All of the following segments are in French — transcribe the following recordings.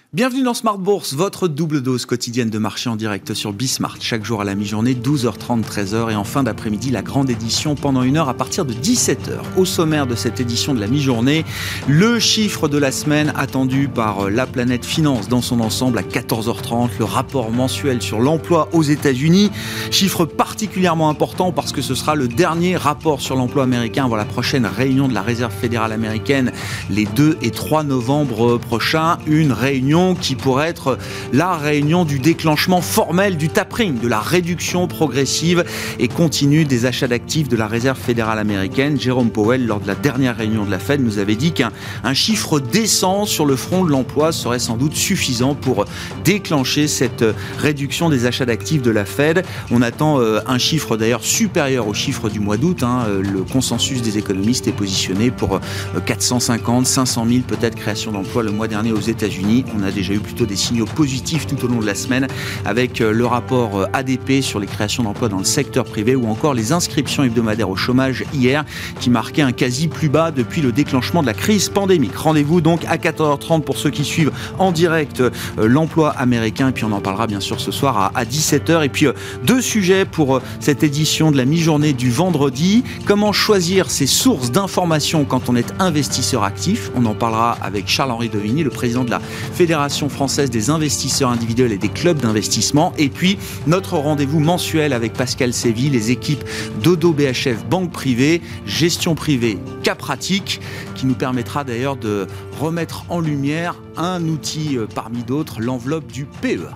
Bienvenue dans Smart Bourse, votre double dose quotidienne de marché en direct sur Bismart. Chaque jour à la mi-journée, 12h30, 13h et en fin d'après-midi, la grande édition pendant 1 heure à partir de 17h. Au sommaire de cette édition de la mi-journée, le chiffre de la semaine attendu par la planète finance dans son ensemble à 14h30, le rapport mensuel sur l'emploi aux États-Unis. Chiffre particulièrement important parce que ce sera le dernier rapport sur l'emploi américain avant la prochaine réunion de la Réserve fédérale américaine les 2 et 3 novembre prochains. Une réunion qui pourrait être la réunion du déclenchement formel du tapering, de la réduction progressive et continue des achats d'actifs de la Réserve fédérale américaine. Jérôme Powell, lors de la dernière réunion de la Fed, nous avait dit qu'un chiffre décent sur le front de l'emploi serait sans doute suffisant pour déclencher cette réduction des achats d'actifs de la Fed. On attend un chiffre d'ailleurs supérieur au chiffre du mois d'août. Le consensus des économistes est positionné pour 450, 500 000 peut-être créations d'emplois le mois dernier aux États-Unis. On a déjà eu plutôt des signaux positifs tout au long de la semaine avec le rapport ADP sur les créations d'emplois dans le secteur privé ou encore les inscriptions hebdomadaires au chômage hier qui marquaient un quasi plus bas depuis le déclenchement de la crise pandémique. Rendez-vous donc à 14h30 pour ceux qui suivent en direct l'emploi américain et puis on en parlera bien sûr ce soir à 17h. Et puis deux sujets pour cette édition de la mi-journée du vendredi. Comment choisir ses sources d'information quand on est investisseur actif? On en parlera avec Charles-Henri Devigny, le président de la Fédération française des investisseurs individuels et des clubs d'investissement. Et puis, notre rendez-vous mensuel avec Pascal Séville, les équipes d'Odo BHF Banque Privée, Gestion Privée, cas pratique, qui nous permettra d'ailleurs de remettre en lumière un outil parmi d'autres, l'enveloppe du PEA.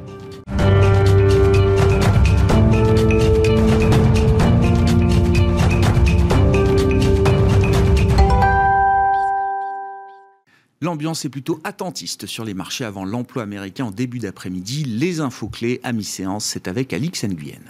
L'ambiance est plutôt attentiste sur les marchés avant l'emploi américain en début d'après-midi. Les infos clés à mi-séance, c'est avec Alix Nguyen.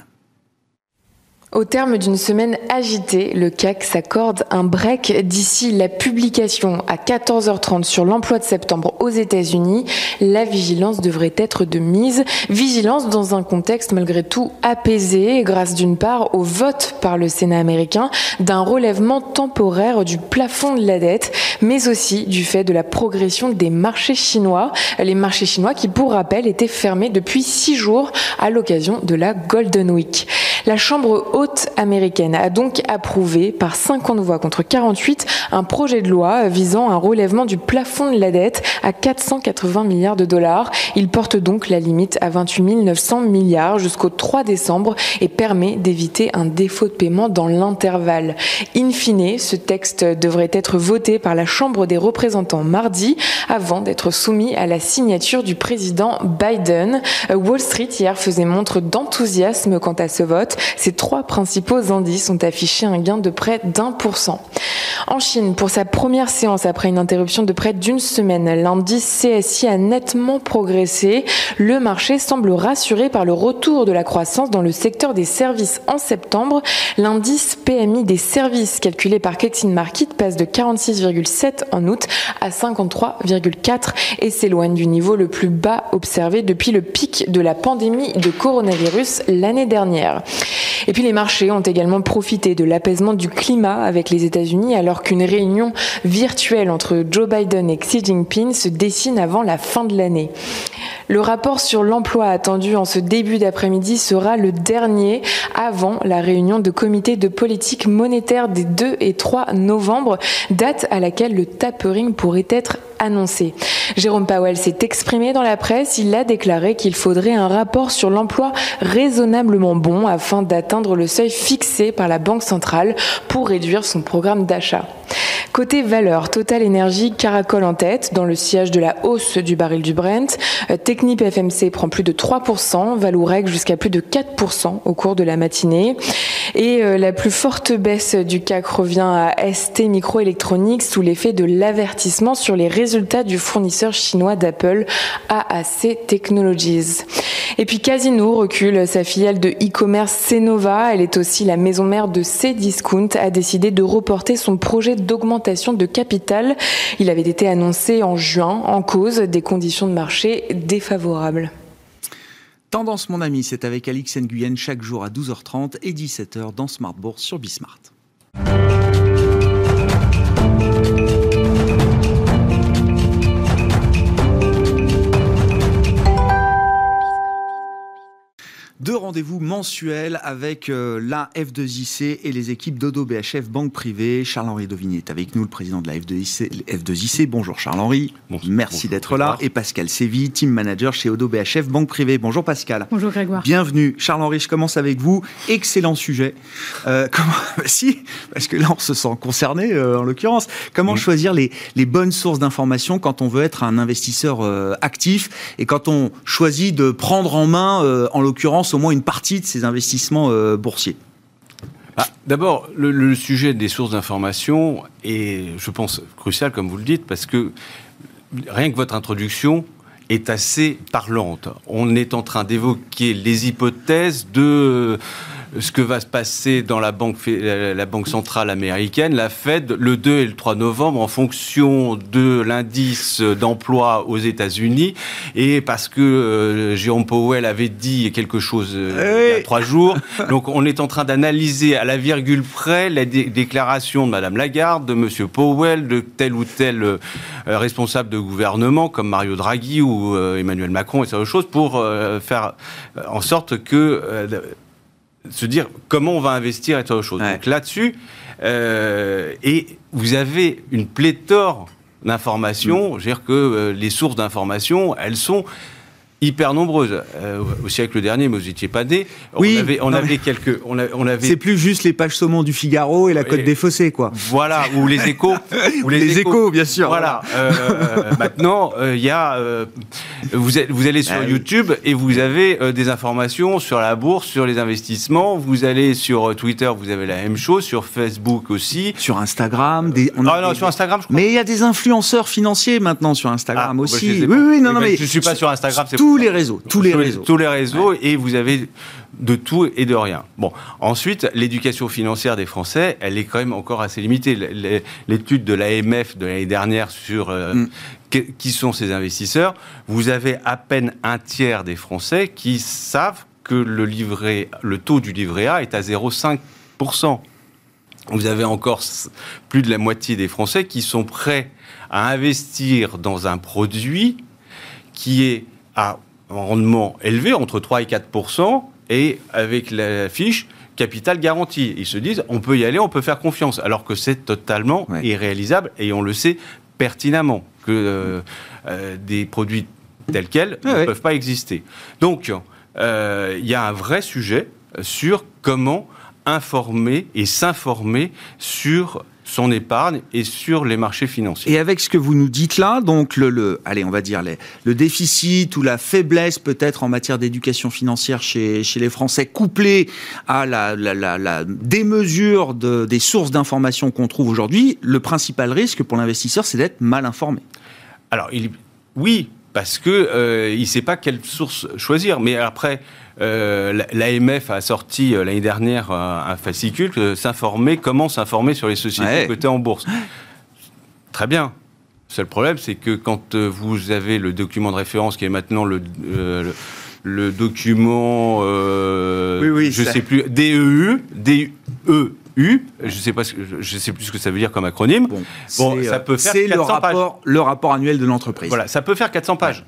Au terme d'une semaine agitée, le CAC s'accorde un break d'ici la publication à 14h30 sur l'emploi de septembre aux États-Unis. La vigilance devrait être de mise. Vigilance dans un contexte malgré tout apaisé grâce d'une part au vote par le Sénat américain d'un relèvement temporaire du plafond de la dette, mais aussi du fait de la progression des marchés chinois. Les marchés chinois qui, pour rappel, étaient fermés depuis 6 jours à l'occasion de la Golden Week. La Chambre haute américaine a donc approuvé par 50 voix contre 48 un projet de loi visant un relèvement du plafond de la dette à 480 milliards de dollars. Il porte donc la limite à 28 900 milliards jusqu'au 3 décembre et permet d'éviter un défaut de paiement dans l'intervalle. In fine, ce texte devrait être voté par la Chambre des représentants mardi avant d'être soumis à la signature du président Biden. Wall Street hier faisait montre d'enthousiasme quant à ce vote. Ces 3 principaux indices ont affiché un gain de près d'1%. En Chine, pour sa première séance après une interruption de près d'une semaine, l'indice CSI a nettement progressé. Le marché semble rassuré par le retour de la croissance dans le secteur des services en septembre. L'indice PMI des services calculé par Kexin Market passe de 46,7 en août à 53,4 et s'éloigne du niveau le plus bas observé depuis le pic de la pandémie de coronavirus l'année dernière. Et puis les marchés ont également profité de l'apaisement du climat avec les États-Unis alors qu'une réunion virtuelle entre Joe Biden et Xi Jinping se dessine avant la fin de l'année. Le rapport sur l'emploi attendu en ce début d'après-midi sera le dernier avant la réunion de comité de politique monétaire des 2 et 3 novembre, date à laquelle le tapering pourrait être annoncé. Jérôme Powell s'est exprimé dans la presse. Il a déclaré qu'il faudrait un rapport sur l'emploi raisonnablement bon afin d'atteindre le seuil fixé par la Banque centrale pour réduire son programme d'achat. Côté valeur, Total Energy caracole en tête dans le sillage de la hausse du baril du Brent. Technip FMC prend plus de 3%, Valourec jusqu'à plus de 4% au cours de la matinée. Et la plus forte baisse du CAC revient à ST Microelectronics sous l'effet de l'avertissement sur les résultats du fournisseur chinois d'Apple, AAC Technologies. Et puis Casino recule, sa filiale de e-commerce Cnova, elle est aussi la maison mère de Cdiscount, a décidé de reporter son projet d'augmentation de capital. Il avait été annoncé en juin, en cause des conditions de marché défavorables. Tendance mon ami, c'est avec Alix Nguyen chaque jour à 12h30 et 17h dans Smart Bourse sur Bismart. Deux rendez-vous mensuels avec la F2IC et les équipes d'Oddo BHF Banque Privée. Charles-Henri Dauvigny est avec nous, le président de la F2IC. Bonjour Charles-Henri, merci d'être là. Et Pascal Sévy, team manager chez Oddo BHF Banque Privée. Bonjour Pascal. Bonjour Grégoire. Bienvenue. Charles-Henri, je commence avec vous. Excellent sujet. Si, parce que là on se sent concerné en l'occurrence. Comment choisir les bonnes sources d'informations quand on veut être un investisseur actif et quand on choisit de prendre en main, en l'occurrence, au moins une partie de ces investissements boursiers? D'abord, le sujet des sources d'information est, je pense, crucial, comme vous le dites, parce que rien que votre introduction est assez parlante. On est en train d'évoquer les hypothèses de ce que va se passer dans la banque centrale américaine, la Fed, le 2 et le 3 novembre, en fonction de l'indice d'emploi aux États-Unis, et parce que Jérôme Powell avait dit quelque chose il y a 3 jours. Donc on est en train d'analyser à la virgule près la déclaration de Madame Lagarde, de Monsieur Powell, de tel ou tel responsable de gouvernement, comme Mario Draghi ou Emmanuel Macron, et ces choses, pour faire en sorte que se dire comment on va investir et autre chose. Donc là-dessus, et vous avez une pléthore d'informations. Je veux dire que les sources d'informations, elles sont hyper nombreuses. Au siècle dernier, mais vous n'étiez pas né. On avait quelques. C'est plus juste les pages saumon du Figaro et la Côte des Fossés, quoi. Voilà, ou les Échos. Ou les Échos, bien sûr. Voilà. Maintenant, il y a. Vous allez sur YouTube et vous avez des informations sur la bourse, sur les investissements. Vous allez sur Twitter, vous avez la même chose. Sur Facebook aussi. Sur Instagram. Sur Instagram, je crois. Mais il y a des influenceurs financiers maintenant sur Instagram aussi. Mais je ne suis pas sur Instagram, c'est tous les réseaux, et vous avez de tout et de rien. Bon, ensuite, l'éducation financière des Français, elle est quand même encore assez limitée. L'étude de l'AMF de l'année dernière sur qui sont ces investisseurs, vous avez à peine un tiers des Français qui savent que le taux du livret A est à 0,5%. Vous avez encore plus de la moitié des Français qui sont prêts à investir dans un produit qui est à un rendement élevé, entre 3 et 4%, et avec la fiche capital garanti. Ils se disent, on peut y aller, on peut faire confiance, alors que c'est totalement irréalisable, et on le sait pertinemment, que des produits tels quels ne peuvent pas exister. Donc, il y a un vrai sujet sur comment informer et s'informer sur son épargne et sur les marchés financiers. Et avec ce que vous nous dites là, donc allez, on va dire le déficit ou la faiblesse peut-être en matière d'éducation financière chez les Français, couplé à la démesure des sources d'information qu'on trouve aujourd'hui, le principal risque pour l'investisseur, c'est d'être mal informé. Alors, oui, parce que il ne sait pas quelle source choisir. Mais après, l'AMF a sorti l'année dernière un fascicule, comment s'informer sur les sociétés cotées en bourse. Très bien. Le seul problème, c'est que quand vous avez le document de référence, qui est maintenant le document, sais plus, DEU, je sais plus ce que ça veut dire comme acronyme. Ça peut faire 400 pages. Le rapport annuel de l'entreprise. Voilà, ça peut faire 400 pages.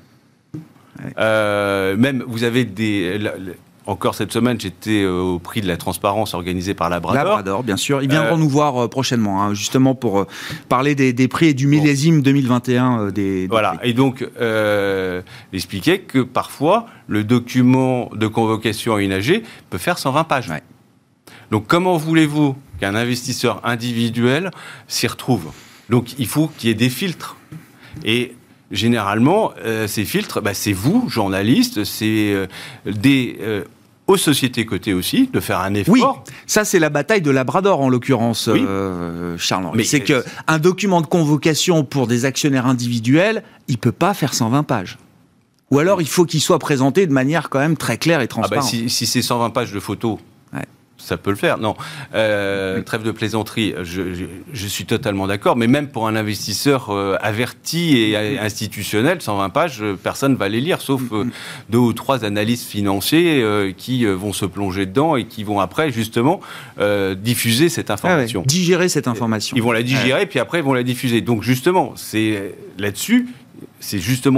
Même, vous avez encore cette semaine, j'étais au prix de la transparence organisé par Labrador. Labrador, bien sûr. Ils viendront nous voir prochainement, justement pour parler des prix et du millésime 2021 des voilà, prix. Et donc, expliquer que parfois, le document de convocation à une AG peut faire 120 pages. Ouais. Donc, comment voulez-vous qu'un investisseur individuel s'y retrouve ? Donc, il faut qu'il y ait des filtres. Et généralement, ces filtres, c'est vous, journalistes, c'est aux sociétés cotées aussi, de faire un effort. Oui, ça c'est la bataille de Labrador en l'occurrence, Charles-Henri. Mais c'est qu'un document de convocation pour des actionnaires individuels, il ne peut pas faire 120 pages. Ou alors il faut qu'il soit présenté de manière quand même très claire et transparente. Si c'est 120 pages de photos, ça peut le faire. Non, trêve de plaisanterie, je suis totalement d'accord, mais même pour un investisseur averti et institutionnel, 120 pages, personne ne va les lire, sauf 2 ou 3 analystes financiers qui vont se plonger dedans et qui vont après, justement, diffuser cette information. Digérer cette information. Ils vont la digérer, puis après, ils vont la diffuser. Donc, justement, c'est là-dessus, c'est justement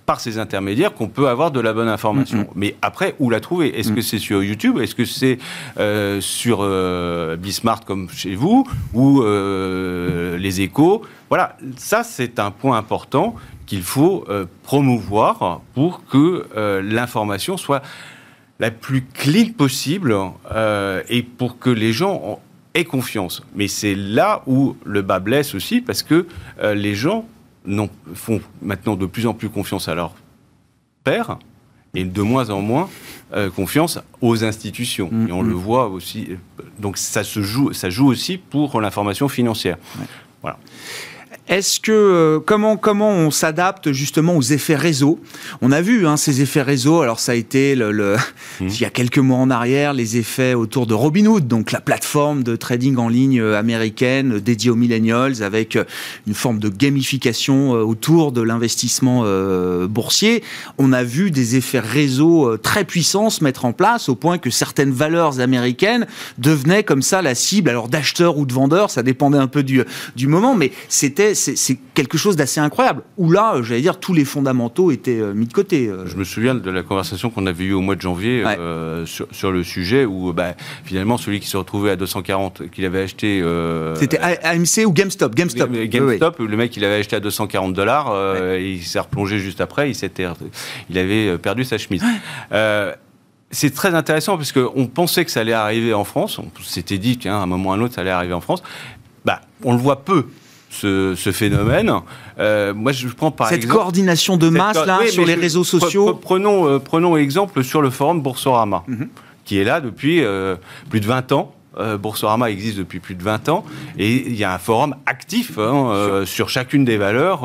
par ces intermédiaires qu'on peut avoir de la bonne information. Mais après, où la trouver ? Est-ce que c'est sur YouTube ? Est-ce que c'est sur Bismart comme chez vous ? Ou les Échos ? Voilà, ça c'est un point important qu'il faut promouvoir pour que l'information soit la plus clean possible et pour que les gens aient confiance. Mais c'est là où le bas blesse aussi, parce que les gens font maintenant de plus en plus confiance à leurs pairs et de moins en moins confiance aux institutions. Et on le voit aussi. Donc ça joue aussi pour l'information financière. Ouais. Voilà. Est-ce que comment on s'adapte justement aux effets réseau ? On a vu ces effets réseau. Alors ça a été il y a quelques mois en arrière, les effets autour de Robinhood, donc la plateforme de trading en ligne américaine dédiée aux millennials, avec une forme de gamification autour de l'investissement boursier. On a vu des effets réseau très puissants se mettre en place au point que certaines valeurs américaines devenaient comme ça la cible, alors d'acheteurs ou de vendeurs, ça dépendait un peu du moment, mais c'est quelque chose d'assez incroyable, où là, j'allais dire, tous les fondamentaux étaient mis de côté. Je me souviens de la conversation qu'on avait eue au mois de janvier sur le sujet, où finalement, celui qui se retrouvait à 240, qu'il avait acheté... C'était AMC ou GameStop GameStop, le mec, il avait acheté à $240, et il s'est replongé juste après, il avait perdu sa chemise. C'est très intéressant, parce qu'on pensait que ça allait arriver en France, on s'était dit qu'à un moment ou à un autre, ça allait arriver en France. On le voit peu, ce phénomène. Moi, je prends par exemple... Cette coordination de masse, sur les réseaux sociaux. Prenons exemple sur le forum Boursorama, qui est là depuis plus de 20 ans. Boursorama existe depuis plus de 20 ans, et il y a un forum actif sur chacune des valeurs.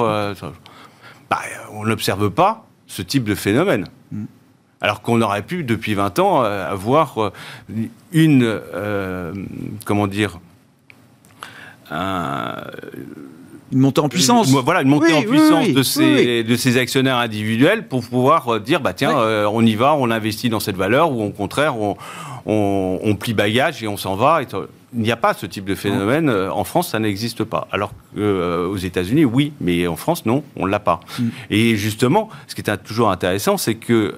On n'observe pas ce type de phénomène. Alors qu'on aurait pu, depuis 20 ans, avoir une montée en puissance. Une montée en puissance de ces actionnaires individuels pour pouvoir dire, on y va, on investit dans cette valeur, ou au contraire, on plie bagage et on s'en va. Il n'y a pas ce type de phénomène. En France, ça n'existe pas. Alors qu'aux États-Unis, oui, mais en France, non, on ne l'a pas. Et justement, ce qui est toujours intéressant, c'est que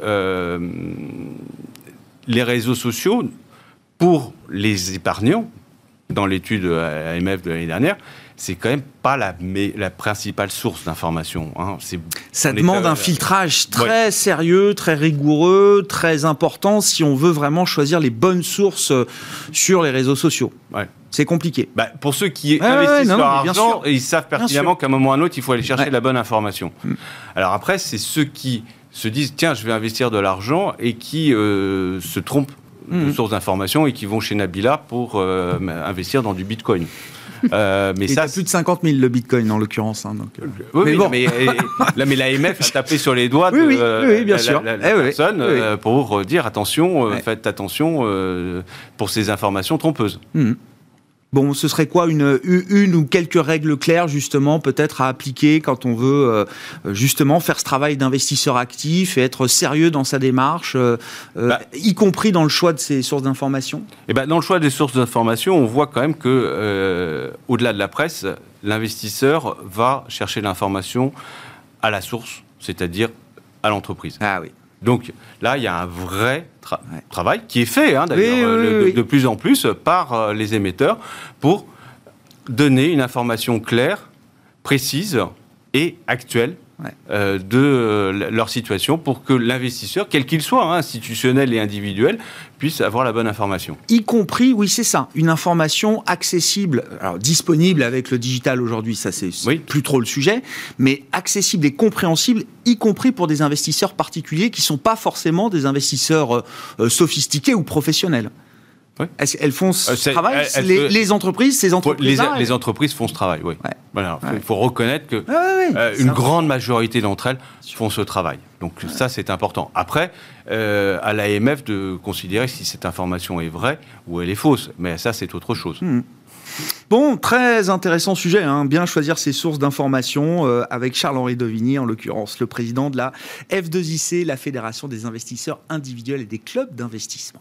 les réseaux sociaux, pour les épargnants, dans l'étude AMF de l'année dernière, c'est quand même pas la principale source d'information. Ça demande un filtrage très sérieux, très rigoureux, très important, si on veut vraiment choisir les bonnes sources sur les réseaux sociaux. C'est compliqué. Pour ceux qui investissent leur argent, ils savent pertinemment qu'à un moment ou à un autre, il faut aller chercher la bonne information. Alors après, c'est ceux qui se disent « Tiens, je vais investir de l'argent » et qui se trompent de sources d'information et qui vont chez Nabila pour investir dans du Bitcoin. Mais ça, plus de 50 000 le Bitcoin en l'occurrence. Mais l'AMF a tapé sur les doigts de la personne pour dire attention, faites attention pour ces informations trompeuses. Bon, ce serait quoi une ou quelques règles claires, justement, peut-être à appliquer quand on veut, justement, faire ce travail d'investisseur actif et être sérieux dans sa démarche, y compris dans le choix de ses sources d'information ? Dans le choix des sources d'information, on voit quand même que, au-delà de la presse, l'investisseur va chercher l'information à la source, c'est-à-dire à l'entreprise. Ah oui. Donc là, il y a un vrai travail qui est fait, d'ailleurs, de plus en plus par les émetteurs pour donner une information claire, précise et actuelle de leur situation pour que l'investisseur, quel qu'il soit, institutionnel et individuel, puisse avoir la bonne information. Y compris, oui, c'est ça, une information accessible, alors disponible avec le digital aujourd'hui, ça c'est plus trop le sujet, mais accessible et compréhensible, y compris pour des investisseurs particuliers qui ne sont pas forcément des investisseurs sophistiqués ou professionnels. Elles font ce travail, les entreprises, ces entreprises-là... Les entreprises font ce travail, oui. Voilà, il faut reconnaître qu'une grande majorité d'entre elles font ce travail. Donc ça, c'est important. Après, à l'AMF de considérer si cette information est vraie ou elle est fausse. Mais ça, c'est autre chose. Bon, très intéressant sujet, bien choisir ses sources d'information avec Charles-Henri Devigny, en l'occurrence, le président de la F2IC, la Fédération des investisseurs individuels et des clubs d'investissement.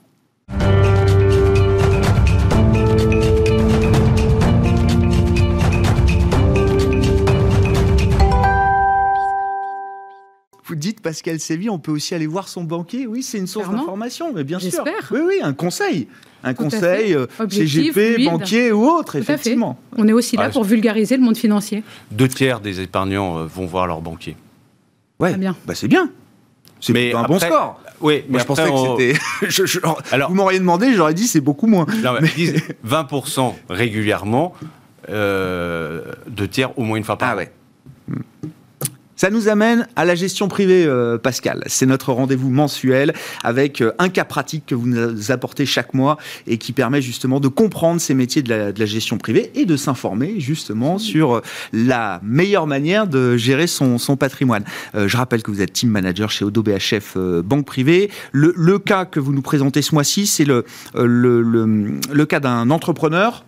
Vous dites Pascal Sévy, on peut aussi aller voir son banquier. Oui, c'est une source d'information, mais bien sûr. J'espère. Oui, un conseil. Un Tout conseil CGP, banquier ou autre, effectivement. On est aussi là pour vulgariser le monde financier. 2/3 des épargnants vont voir leur banquier. Ouais, bien. C'est bien. C'est un bon score. Oui, mais moi, je pensais que c'était... Alors, vous m'auriez demandé, j'aurais dit c'est beaucoup moins. Non, mais... 20% régulièrement, 2/3 au moins une fois par an. Ouais. Ça nous amène à la gestion privée, Pascal. C'est notre rendez-vous mensuel avec un cas pratique que vous nous apportez chaque mois et qui permet justement de comprendre ces métiers de la gestion privée et de s'informer justement sur la meilleure manière de gérer son patrimoine. Je rappelle que vous êtes team manager chez Oddo BHF Banque Privée. Le cas que vous nous présentez ce mois-ci, c'est le cas d'un entrepreneur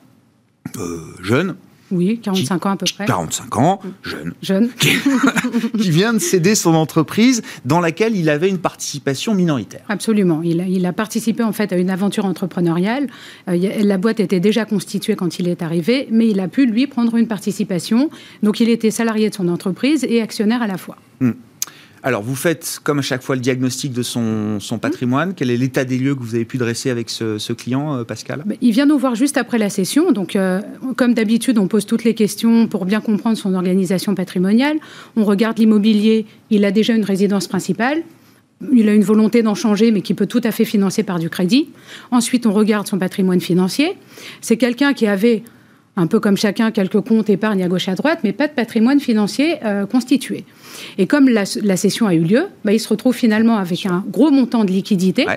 jeune. Oui, 45 ans à peu près. 45 ans, jeune. Qui vient de céder son entreprise dans laquelle il avait une participation minoritaire. Absolument. Il a participé en fait à une aventure entrepreneuriale. La boîte était déjà constituée quand il est arrivé, mais il a pu, lui, prendre une participation. Donc il était salarié de son entreprise et actionnaire à la fois. Alors, vous faites, comme à chaque fois, le diagnostic de son patrimoine. Quel est l'état des lieux que vous avez pu dresser avec ce client, Pascal ? Il vient nous voir juste après la session. Donc, comme d'habitude, on pose toutes les questions pour bien comprendre son organisation patrimoniale. On regarde l'immobilier. Il a déjà une résidence principale. Il a une volonté d'en changer, mais qui peut tout à fait financer par du crédit. Ensuite, on regarde son patrimoine financier. C'est quelqu'un qui avait... un peu comme chacun, quelques comptes épargne à gauche à droite, mais pas de patrimoine financier constitué. Et comme la session a eu lieu, il se retrouve finalement avec un gros montant de liquidité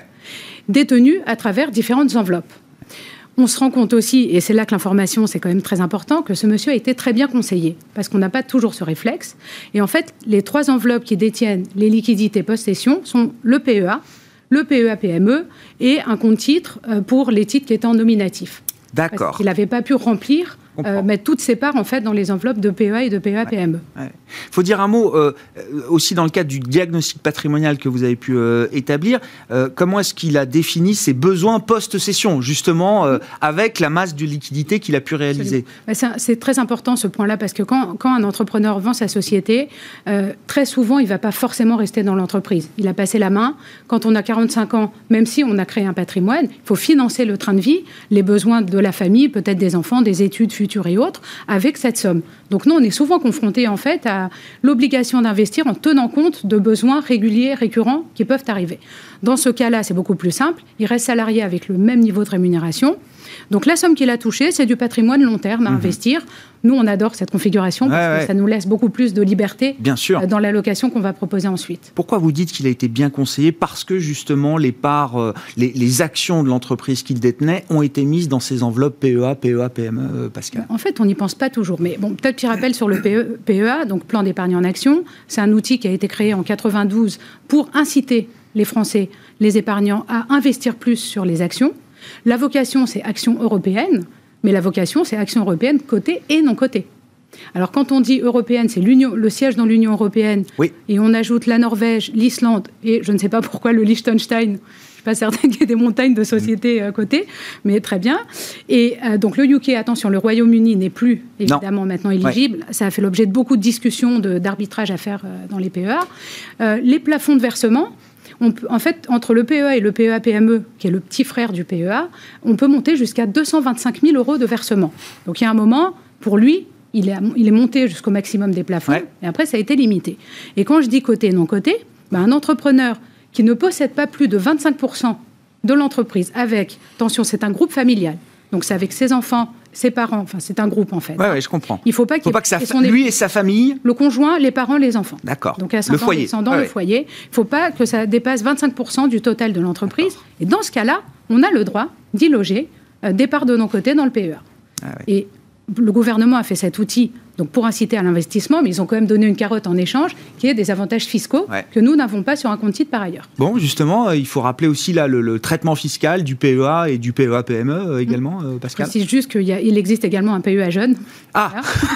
détenu à travers différentes enveloppes. On se rend compte aussi, et c'est là que l'information, c'est quand même très important, que ce monsieur a été très bien conseillé, parce qu'on n'a pas toujours ce réflexe. Et en fait, les 3 enveloppes qui détiennent les liquidités post-cession sont le PEA, le PEA-PME et un compte titre pour les titres qui étaient en nominatif. D'accord. Parce qu'il n'avait pas pu remplir, mettre toutes ses parts en fait dans les enveloppes de PEA et de PEA-PME. Il faut dire un mot aussi dans le cadre du diagnostic patrimonial que vous avez pu établir. Comment est-ce qu'il a défini ses besoins post-cession, justement, avec la masse de liquidité qu'il a pu réaliser ? C'est très important ce point-là, parce que quand un entrepreneur vend sa société, très souvent, il ne va pas forcément rester dans l'entreprise. Il a passé la main. Quand on a 45 ans, même si on a créé un patrimoine, il faut financer le train de vie, les besoins de la famille, peut-être des enfants, des études futures et autres, avec cette somme. Donc nous, on est souvent confrontés en fait à l'obligation d'investir en tenant compte de besoins réguliers, récurrents qui peuvent arriver. Dans ce cas-là, c'est beaucoup plus simple. Il reste salarié avec le même niveau de rémunération. Donc la somme qu'il a touchée, c'est du patrimoine long terme à investir. Nous, on adore cette configuration parce que ça nous laisse beaucoup plus de liberté dans l'allocation qu'on va proposer ensuite. Pourquoi vous dites qu'il a été bien conseillé ? Parce que justement, les parts, les actions de l'entreprise qu'il détenait ont été mises dans ces enveloppes PEA, PME, Pascal. En fait, on n'y pense pas toujours. Mais bon, peut-être petit rappel sur le PEA, donc plan d'épargne en action. C'est un outil qui a été créé en 92 pour inciter les Français, les épargnants, à investir plus sur les actions. La vocation, c'est action européenne, mais la vocation, c'est action européenne cotée et non cotée. Alors, quand on dit européenne, c'est le siège dans l'Union européenne, et on ajoute la Norvège, l'Islande, et je ne sais pas pourquoi le Liechtenstein. Je ne suis pas certaine qu'il y ait des montagnes de sociétés cotées, mais très bien. Et donc, le UK, attention, le Royaume-Uni n'est plus, évidemment, maintenant éligible. Ça a fait l'objet de beaucoup de discussions, d'arbitrage à faire dans les PEA. Les plafonds de versement... en fait, entre le PEA et le PEA-PME, qui est le petit frère du PEA, on peut monter jusqu'à 225 000 € de versement. Donc, il y a un moment, pour lui, il est monté jusqu'au maximum des plafonds, et après, ça a été limité. Et quand je dis coté et non coté, un entrepreneur qui ne possède pas plus de 25% de l'entreprise avec, attention, c'est un groupe familial, donc c'est avec ses enfants, ses parents, enfin c'est un groupe en fait. Oui, je comprends. Il ne faut pas lui et sa famille. Le conjoint, les parents, les enfants. D'accord. Donc ascendant, descendant, le foyer. Il ne faut pas que ça dépasse 25% du total de l'entreprise. Et dans ce cas-là, on a le droit d'y loger des parts de nos côtés dans le PEA. Et le gouvernement a fait cet outil donc pour inciter à l'investissement, mais ils ont quand même donné une carotte en échange, qui est des avantages fiscaux que nous n'avons pas sur un compte titre par ailleurs. Bon, justement, il faut rappeler aussi là, le traitement fiscal du PEA et du PEA-PME également, Pascal. Je précise juste qu'il existe également un PEA jeune. Ah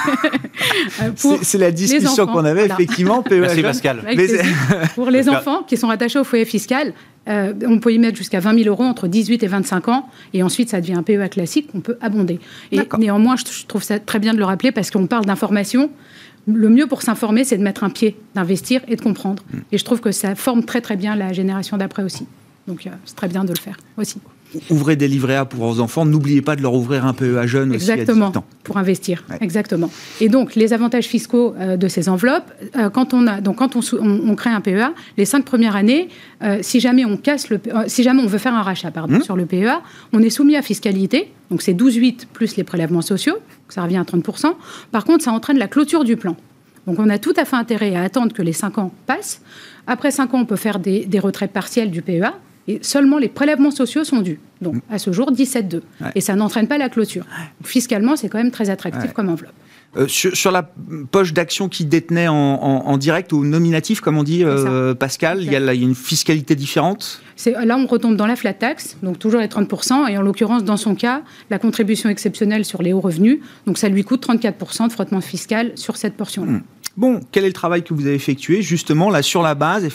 c'est la discussion qu'on avait, effectivement, PEA Merci jeune. Pascal. Pour les enfants qui sont rattachés au foyer fiscal, On peut y mettre jusqu'à 20 000 euros entre 18 et 25 ans, et ensuite ça devient un PEA classique qu'on peut abonder. Et néanmoins, je trouve ça très bien de le rappeler parce qu'on parle d'information. Le mieux pour s'informer, c'est de mettre un pied, d'investir et de comprendre. Et je trouve que ça forme très très bien la génération d'après aussi. Donc c'est très bien de le faire aussi. Ouvrez des livrets A pour vos enfants, n'oubliez pas de leur ouvrir un PEA jeune aussi à 18 ans. Pour investir, exactement. Et donc, les avantages fiscaux de ces enveloppes, quand on crée un PEA, les 5 premières années, si jamais on veut faire un rachat sur le PEA, on est soumis à fiscalité, donc c'est 12,8 plus les prélèvements sociaux, ça revient à 30%. Par contre, ça entraîne la clôture du plan. Donc, on a tout à fait intérêt à attendre que les 5 ans passent. Après 5 ans, on peut faire des retraits partiels du PEA. Et seulement les prélèvements sociaux sont dus. Donc, à ce jour, 17,2. Ouais. Et ça n'entraîne pas la clôture. Fiscalement, c'est quand même très attractif comme enveloppe. Sur la poche d'actions qui détenait en direct ou nominatif, comme on dit, Pascal, il y a une fiscalité différente. Là, on retombe dans la flat tax, donc toujours les 30%, et en l'occurrence, dans son cas, la contribution exceptionnelle sur les hauts revenus, donc ça lui coûte 34% de frottement fiscal sur cette portion-là. Bon, quel est le travail que vous avez effectué justement là sur la base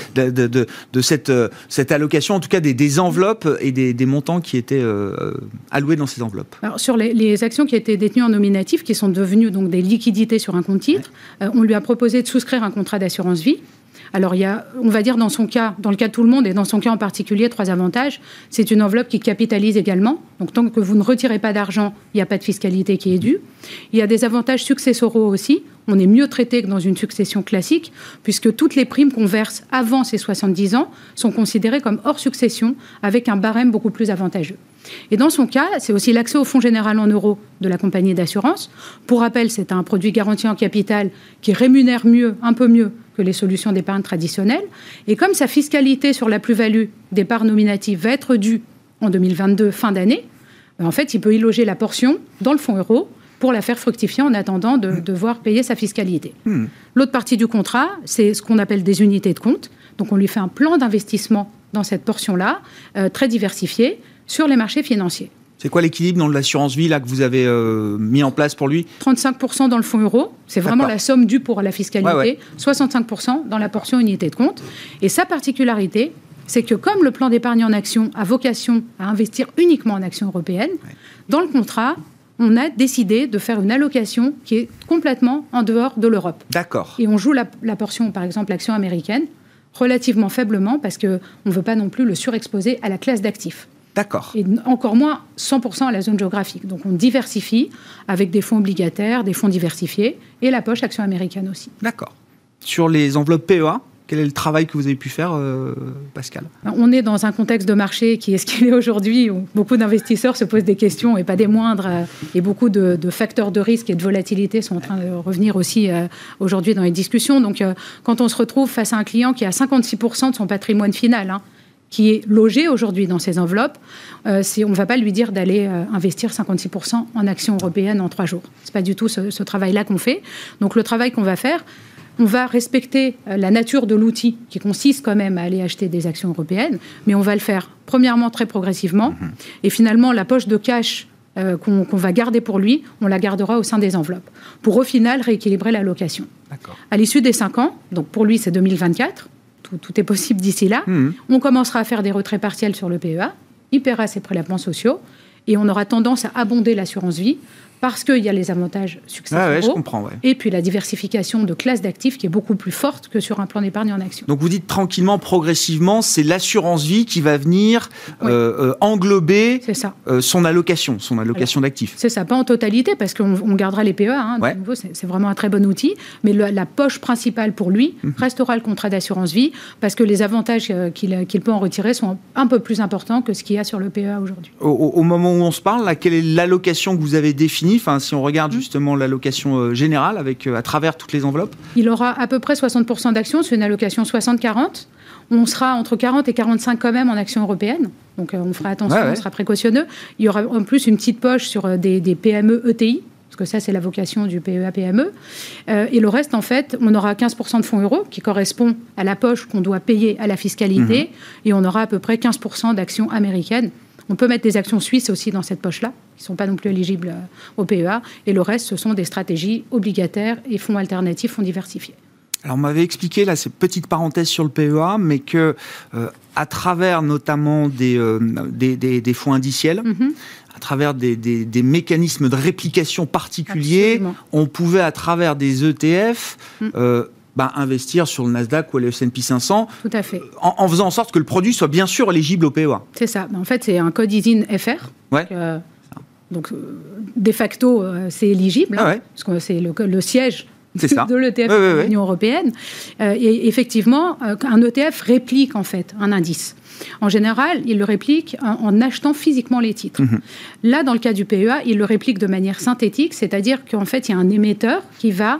de cette allocation, en tout cas des enveloppes et des montants qui étaient alloués dans ces enveloppes? Alors, sur les actions qui étaient détenues en nominatif, qui sont devenues donc des liquidités sur un compte titre, on lui a proposé de souscrire un contrat d'assurance vie. Alors, il y a, on va dire dans son cas, dans le cas de tout le monde, et dans son cas en particulier, 3 avantages. C'est une enveloppe qui capitalise également. Donc, tant que vous ne retirez pas d'argent, il n'y a pas de fiscalité qui est due. Il y a des avantages successoraux aussi. On est mieux traité que dans une succession classique, puisque toutes les primes qu'on verse avant ces 70 ans sont considérées comme hors succession, avec un barème beaucoup plus avantageux. Et dans son cas, c'est aussi l'accès au fonds général en euros de la compagnie d'assurance. Pour rappel, c'est un produit garanti en capital qui rémunère mieux, un peu mieux que les solutions d'épargne traditionnelles. Et comme sa fiscalité sur la plus-value d'épargne nominative va être due en 2022, fin d'année, en fait, il peut y loger la portion dans le fonds euro pour la faire fructifier en attendant de devoir payer sa fiscalité. L'autre partie du contrat, c'est ce qu'on appelle des unités de compte. Donc, on lui fait un plan d'investissement dans cette portion-là, très diversifié, sur les marchés financiers. C'est quoi l'équilibre dans l'assurance vie là, que vous avez mis en place pour lui? 35% dans le fonds euro, c'est vraiment la somme due pour la fiscalité, 65% dans la portion unité de compte. Et sa particularité, c'est que comme le plan d'épargne en action a vocation à investir uniquement en actions européennes, dans le contrat, on a décidé de faire une allocation qui est complètement en dehors de l'Europe. D'accord. Et on joue la portion, par exemple, action américaine, relativement faiblement, parce qu'on ne veut pas non plus le surexposer à la classe d'actifs. D'accord. Et encore moins 100% à la zone géographique. Donc on diversifie avec des fonds obligataires, des fonds diversifiés, et la poche action américaine aussi. D'accord. Sur les enveloppes PEA, quel est le travail que vous avez pu faire, Pascal? On est dans un contexte de marché qui est ce qu'il est aujourd'hui, où beaucoup d'investisseurs se posent des questions, et pas des moindres, et beaucoup de facteurs de risque et de volatilité sont en train de revenir aussi aujourd'hui dans les discussions. Donc quand on se retrouve face à un client qui a 56% de son patrimoine final, qui est logé aujourd'hui dans ces enveloppes, on ne va pas lui dire d'aller investir 56% en actions européennes en 3 jours. Ce n'est pas du tout ce travail-là qu'on fait. Donc le travail qu'on va faire, on va respecter la nature de l'outil qui consiste quand même à aller acheter des actions européennes, mais on va le faire premièrement très progressivement, et finalement la poche de cash qu'on va garder pour lui, on la gardera au sein des enveloppes, pour au final rééquilibrer l'allocation. À l'issue des 5 ans, donc pour lui c'est 2024, tout est possible d'ici là, on commencera à faire des retraits partiels sur le PEA, il paiera ses prélèvements sociaux, et on aura tendance à abonder l'assurance vie, parce qu'il y a les avantages successoraux, je comprends, et puis la diversification de classes d'actifs qui est beaucoup plus forte que sur un plan d'épargne en action. Donc vous dites tranquillement, progressivement, c'est l'assurance vie qui va venir englober son allocation d'actifs. C'est ça, pas en totalité, parce qu'on gardera les PEA, de nouveau, c'est vraiment un très bon outil, mais la poche principale pour lui restera le contrat d'assurance vie, parce que les avantages qu'il peut en retirer sont un peu plus importants que ce qu'il y a sur le PEA aujourd'hui. Au moment où on se parle, là, quelle est l'allocation que vous avez définie? Enfin, si on regarde justement l'allocation générale à travers toutes les enveloppes. Il aura à peu près 60% d'actions, c'est une allocation 60-40. On sera entre 40 et 45 quand même en actions européennes. Donc on fera attention, on sera précautionneux. Il y aura en plus une petite poche sur des PME ETI, parce que ça c'est la vocation du PEA-PME. Et le reste, en fait, on aura 15% de fonds euros qui correspond à la poche qu'on doit payer à la fiscalité. Et on aura à peu près 15% d'actions américaines. On peut mettre des actions suisses aussi dans cette poche-là, qui ne sont pas non plus éligibles au PEA. Et le reste, ce sont des stratégies obligataires et fonds alternatifs, fonds diversifiés. Alors, on m'avait expliqué, là, ces petites parenthèses sur le PEA, mais que à travers notamment des fonds indiciels, à travers des mécanismes de réplication particuliers, absolument, on pouvait, à travers des ETF, investir sur le Nasdaq ou le S&P 500. Tout à fait. En faisant en sorte que le produit soit bien sûr éligible au PEA. C'est ça. En fait, c'est un code ISIN FR. Ouais. Donc, de facto, c'est éligible, parce que c'est le siège de l'ETF de l'Union européenne. Et effectivement, un ETF réplique en fait un indice. En général, il le réplique en achetant physiquement les titres. Là, dans le cas du PEA, il le réplique de manière synthétique, c'est-à-dire qu'en fait, il y a un émetteur qui va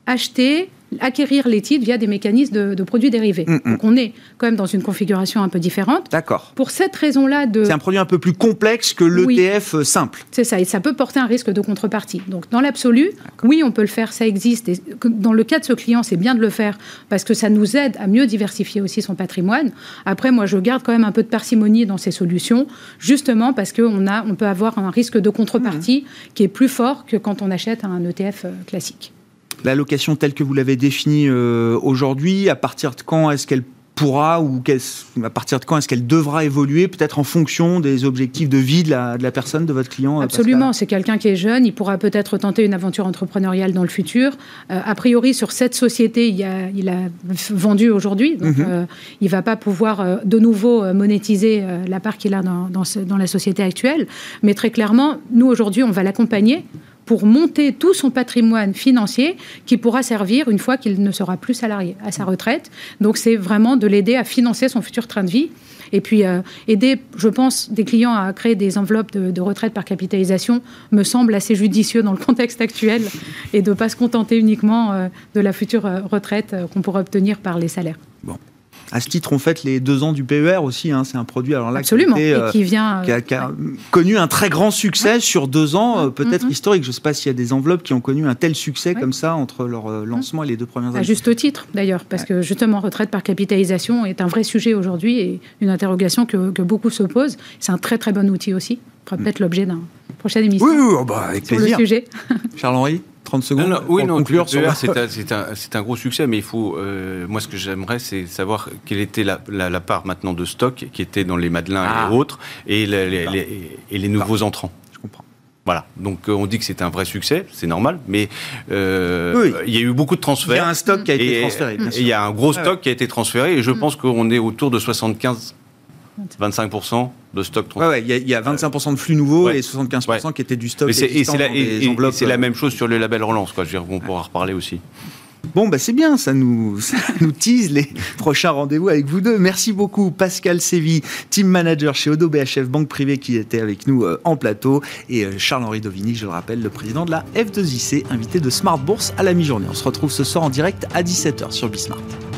acquérir les titres via des mécanismes de produits dérivés. Donc on est quand même dans une configuration un peu différente. D'accord. Pour cette raison-là... C'est un produit un peu plus complexe que l'ETF simple. C'est ça, et ça peut porter un risque de contrepartie. Donc dans l'absolu, oui, on peut le faire, ça existe. Et dans le cas de ce client, c'est bien de le faire parce que ça nous aide à mieux diversifier aussi son patrimoine. Après, moi, je garde quand même un peu de parcimonie dans ces solutions, justement parce qu'on peut avoir un risque de contrepartie qui est plus fort que quand on achète un ETF classique. L'allocation telle que vous l'avez définie aujourd'hui, à partir de quand est-ce qu'elle pourra ou à partir de quand est-ce qu'elle devra évoluer, peut-être en fonction des objectifs de vie de la personne, de votre client? Absolument, c'est quelqu'un qui est jeune, il pourra peut-être tenter une aventure entrepreneuriale dans le futur. A priori, sur cette société, il a vendu aujourd'hui, donc il ne va pas pouvoir de nouveau monétiser la part qu'il a dans la société actuelle. Mais très clairement, nous, aujourd'hui, on va l'accompagner pour monter tout son patrimoine financier qui pourra servir une fois qu'il ne sera plus salarié à sa retraite. Donc, c'est vraiment de l'aider à financer son futur train de vie. Et puis, aider, je pense, des clients à créer des enveloppes de retraite par capitalisation me semble assez judicieux dans le contexte actuel et de ne pas se contenter uniquement de la future retraite qu'on pourra obtenir par les salaires. Bon. À ce titre, on fête les 2 ans du PER aussi. C'est un produit alors là, qui a connu un très grand succès sur 2 ans, peut-être historique. Je ne sais pas s'il y a des enveloppes qui ont connu un tel succès comme ça entre leur lancement et les 2 premières années. À juste titre, d'ailleurs, parce que justement, retraite par capitalisation est un vrai sujet aujourd'hui et une interrogation que beaucoup se posent. C'est un très très bon outil aussi. On fera peut-être l'objet d'une prochaine émission avec sur plaisir. Le sujet. Charles-Henri, 30 secondes. Conclure sur c'est un gros succès, mais il faut. Moi, ce que j'aimerais, c'est savoir quelle était la part maintenant de stock qui était dans les Madelins et autres, et les nouveaux entrants. Je comprends. Voilà. Donc, on dit que c'est un vrai succès, c'est normal, mais il y a eu beaucoup de transferts. Il y a un stock qui a été transféré. Bien sûr. Il y a un gros stock qui a été transféré, et je pense qu'on est autour de 25% de stock transféré. Il y a 25% de flux nouveaux et 75% qui étaient du stock existant dans des enveloppes. C'est la même chose sur le label relance, quoi. Je veux dire, on pourra reparler aussi. Bon, c'est bien, ça nous tease les prochains rendez-vous avec vous deux. Merci beaucoup, Pascal Sévy, team manager chez Oddo BHF Banque Privée, qui était avec nous en plateau, et Charles-Henri Dovini, je le rappelle, le président de la F2IC, invité de Smart Bourse à la mi-journée. On se retrouve ce soir en direct à 17h sur Bismart.